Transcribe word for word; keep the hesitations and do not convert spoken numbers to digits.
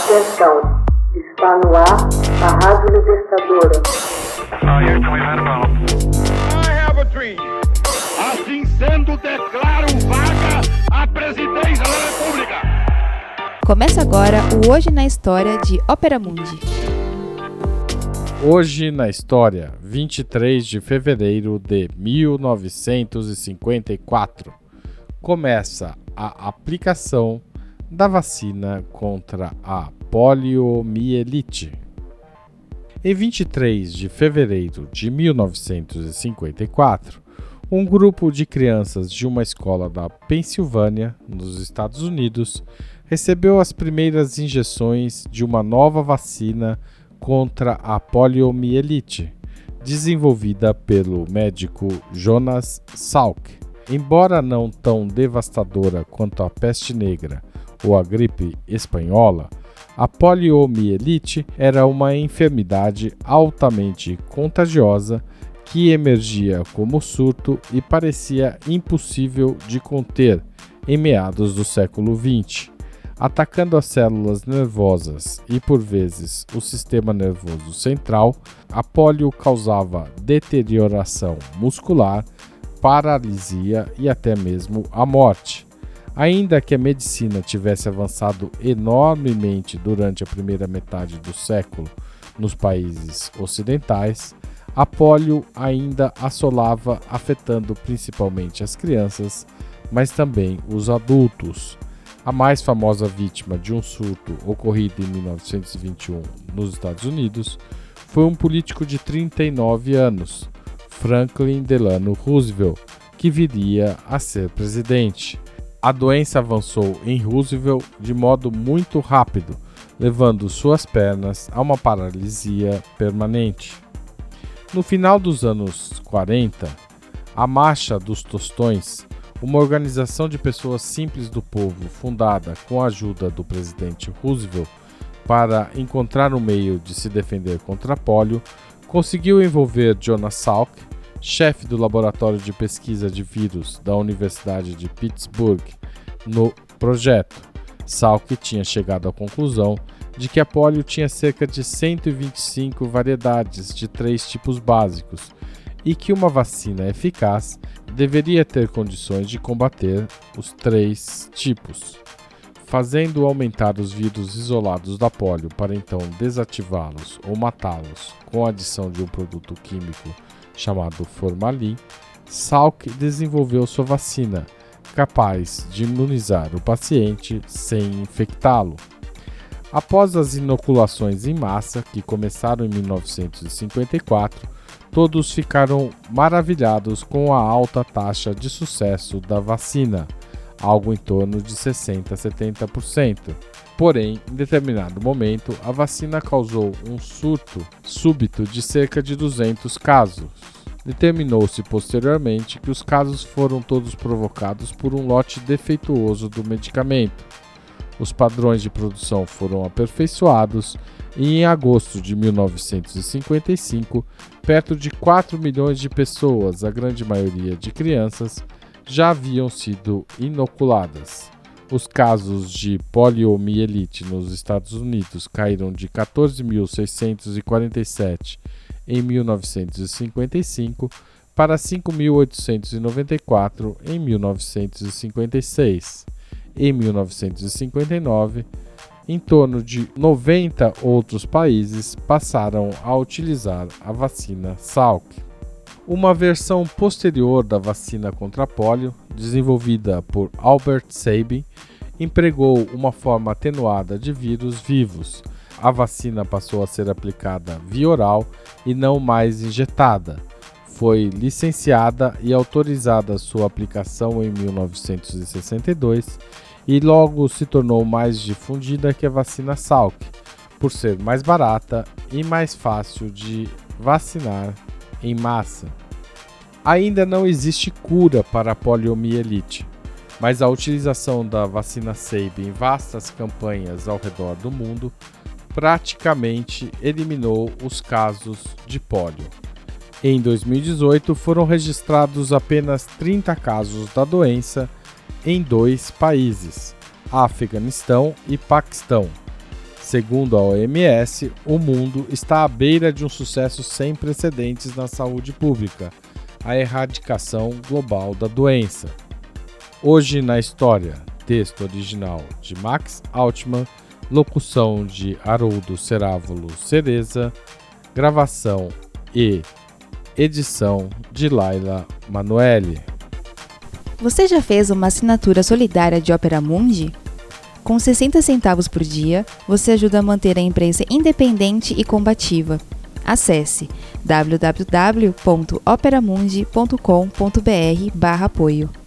Atenção, está no ar a Rádio Libertadora. I have a dream. Assim sendo, declaro vaga a presidência da República. Começa agora o Hoje na História de Ópera Mundi. Hoje na História, vinte e três de fevereiro de mil novecentos e cinquenta e quatro, começa a aplicação da vacina contra a poliomielite. Em vinte e três de fevereiro de mil novecentos e cinquenta e quatro, um grupo de crianças de uma escola da Pensilvânia, nos Estados Unidos, recebeu as primeiras injeções de uma nova vacina contra a poliomielite, desenvolvida pelo médico Jonas Salk. Embora não tão devastadora quanto a peste negra ou a gripe espanhola, a poliomielite era uma enfermidade altamente contagiosa que emergia como surto e parecia impossível de conter em meados do século vinte, atacando as células nervosas e, por vezes, o sistema nervoso central. A polio causava deterioração muscular, paralisia e até mesmo a morte. Ainda que a medicina tivesse avançado enormemente durante a primeira metade do século nos países ocidentais, a polio ainda assolava, afetando principalmente as crianças, mas também os adultos. A mais famosa vítima de um surto ocorrido em mil novecentos e vinte e um nos Estados Unidos foi um político de trinta e nove anos, Franklin Delano Roosevelt, que viria a ser presidente. A doença avançou em Roosevelt de modo muito rápido, levando suas pernas a uma paralisia permanente. No final dos anos quarenta, a Marcha dos Tostões, uma organização de pessoas simples do povo fundada com a ajuda do presidente Roosevelt para encontrar um meio de se defender contra a polio, conseguiu envolver Jonas Salk, chefe do laboratório de pesquisa de vírus da Universidade de Pittsburgh, no projeto. Salk tinha chegado à conclusão de que a polio tinha cerca de cento e vinte e cinco variedades de três tipos básicos e que uma vacina eficaz deveria ter condições de combater os três tipos. Fazendo aumentar os vírus isolados da polio para então desativá-los ou matá-los com a adição de um produto químico chamado formalin, Salk desenvolveu sua vacina, capaz de imunizar o paciente sem infectá-lo. Após as inoculações em massa, que começaram em mil novecentos e cinquenta e quatro, todos ficaram maravilhados com a alta taxa de sucesso da vacina, algo em torno de sessenta a setenta por cento. Porém, em determinado momento, a vacina causou um surto súbito de cerca de duzentos casos. Determinou-se posteriormente que os casos foram todos provocados por um lote defeituoso do medicamento. Os padrões de produção foram aperfeiçoados e em agosto de mil novecentos e cinquenta e cinco, perto de quatro milhões de pessoas, a grande maioria de crianças, já haviam sido inoculadas. Os casos de poliomielite nos Estados Unidos caíram de quatorze mil seiscentos e quarenta e sete em mil novecentos e cinquenta e cinco para cinco mil oitocentos e noventa e quatro em mil novecentos e cinquenta e seis. Em mil novecentos e cinquenta e nove, em torno de noventa outros países passaram a utilizar a vacina Salk. Uma versão posterior da vacina contra a polio, desenvolvida por Albert Sabin, empregou uma forma atenuada de vírus vivos. A vacina passou a ser aplicada via oral e não mais injetada. Foi licenciada e autorizada sua aplicação em mil novecentos e sessenta e dois e logo se tornou mais difundida que a vacina Salk, por ser mais barata e mais fácil de vacinar em massa. Ainda não existe cura para a poliomielite, mas a utilização da vacina Sabin em vastas campanhas ao redor do mundo praticamente eliminou os casos de polio. Em dois mil e dezoito, foram registrados apenas trinta casos da doença em dois países, Afeganistão e Paquistão. Segundo a O M S, o mundo está à beira de um sucesso sem precedentes na saúde pública, a erradicação global da doença. Hoje na História, texto original de Max Altman, locução de Haroldo Cerávulo Cereza, gravação e edição de Laila Manoeli. Você já fez uma assinatura solidária de Opera Mundi? Com sessenta centavos por dia, você ajuda a manter a imprensa independente e combativa. Acesse w w w ponto operamundi ponto com ponto b r barra apoio.